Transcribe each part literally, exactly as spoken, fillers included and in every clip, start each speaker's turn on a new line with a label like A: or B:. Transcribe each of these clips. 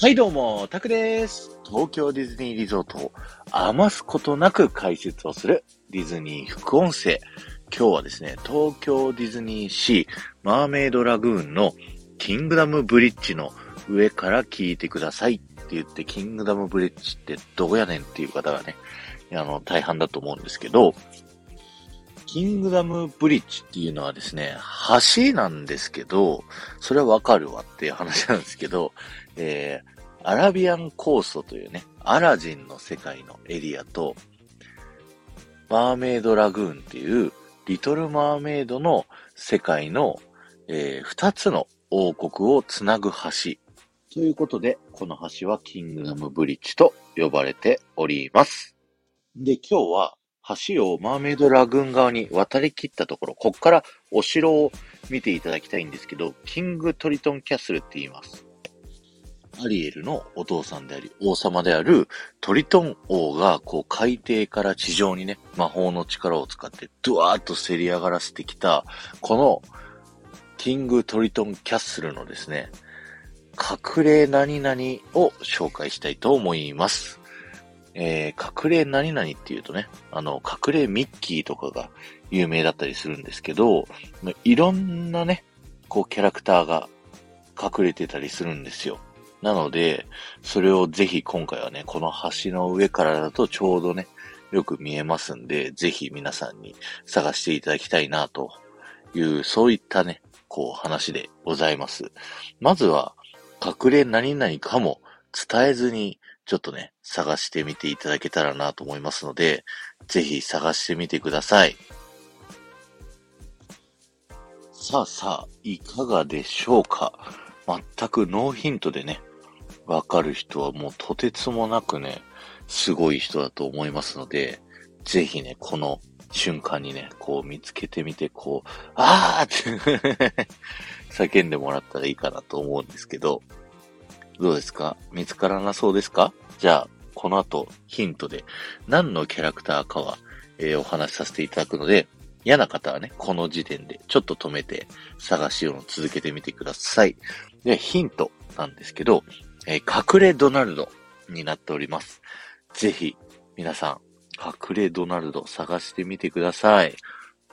A: はいどうも、タクです。東京ディズニーリゾートを余すことなく解説をするディズニー副音声。今日はですね、東京ディズニーシーマーメイドラグーンのキングダムブリッジの上から聞いてくださいって言って、キングダムブリッジってどこやねんっていう方がね、あの、大半だと思うんですけど、キングダムブリッジっていうのはですね、橋なんですけど、それはわかるわっていう話なんですけど、えー、アラビアンコーストというね、アラジンの世界のエリアと、マーメイドラグーンっていう、リトルマーメイドの世界の、えー、二つの王国をつなぐ橋。ということで、この橋はキングダムブリッジと呼ばれております。で、今日は、橋をマーメイドラグーン側に渡り切ったところ、こっからお城を見ていただきたいんですけど、キングトリトンキャッスルって言います。アリエルのお父さんであり、王様であるトリトン王が、こう海底から地上にね、魔法の力を使ってドワーッとせり上がらせてきた、このキングトリトンキャッスルのですね、隠れ何々を紹介したいと思います。えー、隠れ何々っていうとね、あの、隠れミッキーとかが有名だったりするんですけど、いろんなね、こうキャラクターが隠れてたりするんですよ。なので、それをぜひ今回はね、この橋の上からだとちょうどね、よく見えますんで、ぜひ皆さんに探していただきたいなという、そういったね、こう話でございます。まずは、隠れ何々かも伝えずに、ちょっとね、探してみていただけたらなと思いますので、ぜひ探してみてください。さあさあ、いかがでしょうか？全くノーヒントでね、わかる人はもうとてつもなくね、すごい人だと思いますので、ぜひね、この瞬間にね、こう見つけてみて、こう、あーって叫んでもらったらいいかなと思うんですけど、どうですか？見つからなそうですか？じゃあ、この後ヒントで何のキャラクターかは、えーお話しさせていただくので、嫌な方はね、この時点でちょっと止めて探しを続けてみてください。で、ヒントなんですけど、えー隠れドナルドになっております。ぜひ、皆さん、隠れドナルド探してみてください。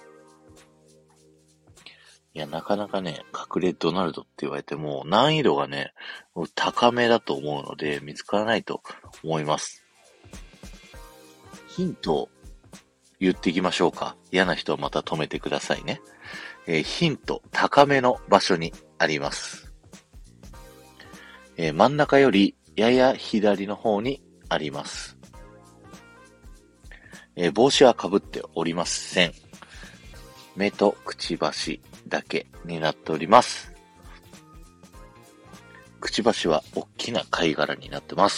A: いや、なかなかね、隠れドナルドって言われても、難易度がね、高めだと思うので、見つからないと思います。ヒントを言っていきましょうか。嫌な人はまた止めてくださいね。えーヒント、高めの場所にあります。えー真ん中よりやや左の方にあります。えー帽子は被っておりません。目とくちばしだけになっております。くちばしは大きな貝殻になってます。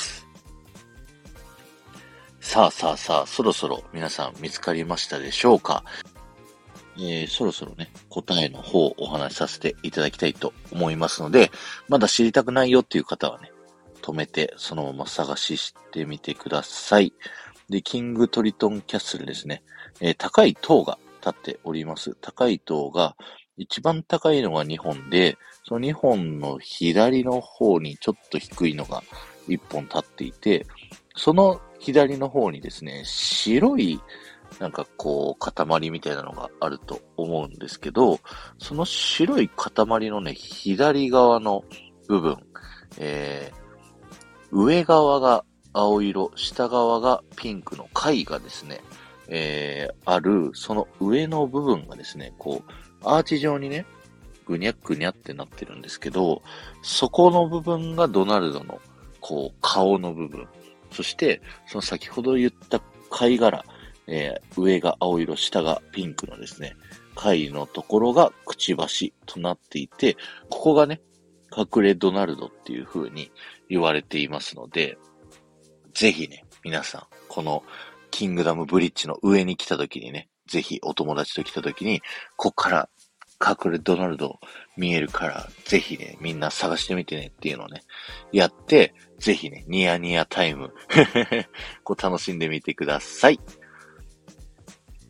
A: さあさあさあ、そろそろ皆さん見つかりましたでしょうか？えー、そろそろね、答えの方をお話しさせていただきたいと思いますので、まだ知りたくないよっていう方はね、止めてそのまま探ししてみてください。で、キングトリトンキャッスルですね。えー高い塔が立っております。高い塔が、一番高いのがにほんで、そのにほんの左の方にちょっと低いのがいっぽん立っていて、その左の方にですね、白いなんかこう、塊みたいなのがあると思うんですけど、その白い塊のね、左側の部分、えー、上側が青色、下側がピンクの貝がですね、えー、ある、その上の部分がですね、こう、アーチ状にね、ぐにゃぐにゃってなってるんですけど、そこの部分がドナルドの、こう、顔の部分。そして、その先ほど言った貝殻、えー上が青色、下がピンクのですね、貝のところがくちばしとなっていて、ここがね、隠れドナルドっていう風に言われていますので、ぜひね、皆さん、このキングダムブリッジの上に来た時にね、ぜひお友達と来た時に、こっから隠れドナルド見えるから、ぜひね、みんな探してみてねっていうのをね、やって、ぜひね、ニヤニヤタイム、こう楽しんでみてください。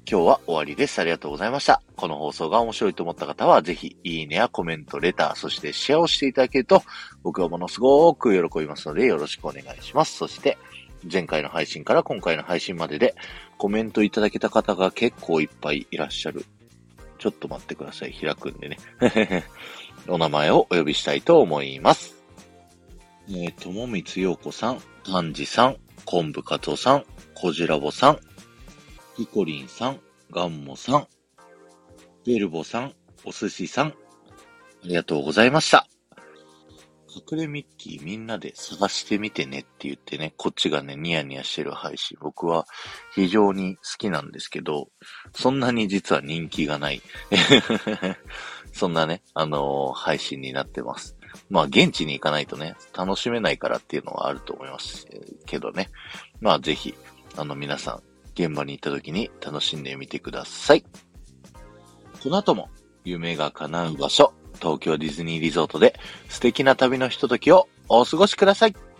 A: 今日は終わりです。ありがとうございました。この放送が面白いと思った方は、ぜひ、いいねやコメント、レター、そしてシェアをしていただけると、僕はものすごく喜びますので、よろしくお願いします。そして、前回の配信から今回の配信までで、コメントいただけた方が結構いっぱいいらっしゃる。ちょっと待ってください。開くんでね。お名前をお呼びしたいと思います。えー、ともみつようこさん、たんじさん、こんぶかつおさん、こじらぼさん、ピコリンさん、ガンモさん、ベルボさん、おすしさん、ありがとうございました。隠れミッキーみんなで探してみてねって言ってね、こっちがね、ニヤニヤしてる配信、僕は非常に好きなんですけど、そんなに実は人気がない。そんなね、あのー、配信になってます。まあ、現地に行かないとね、楽しめないからっていうのはあると思いますけどね。まあ、ぜひ、あの、皆さん、現場に行った時に楽しんでみてください。この後も、夢が叶う場所、東京ディズニーリゾートで素敵な旅のひとときをお過ごしください。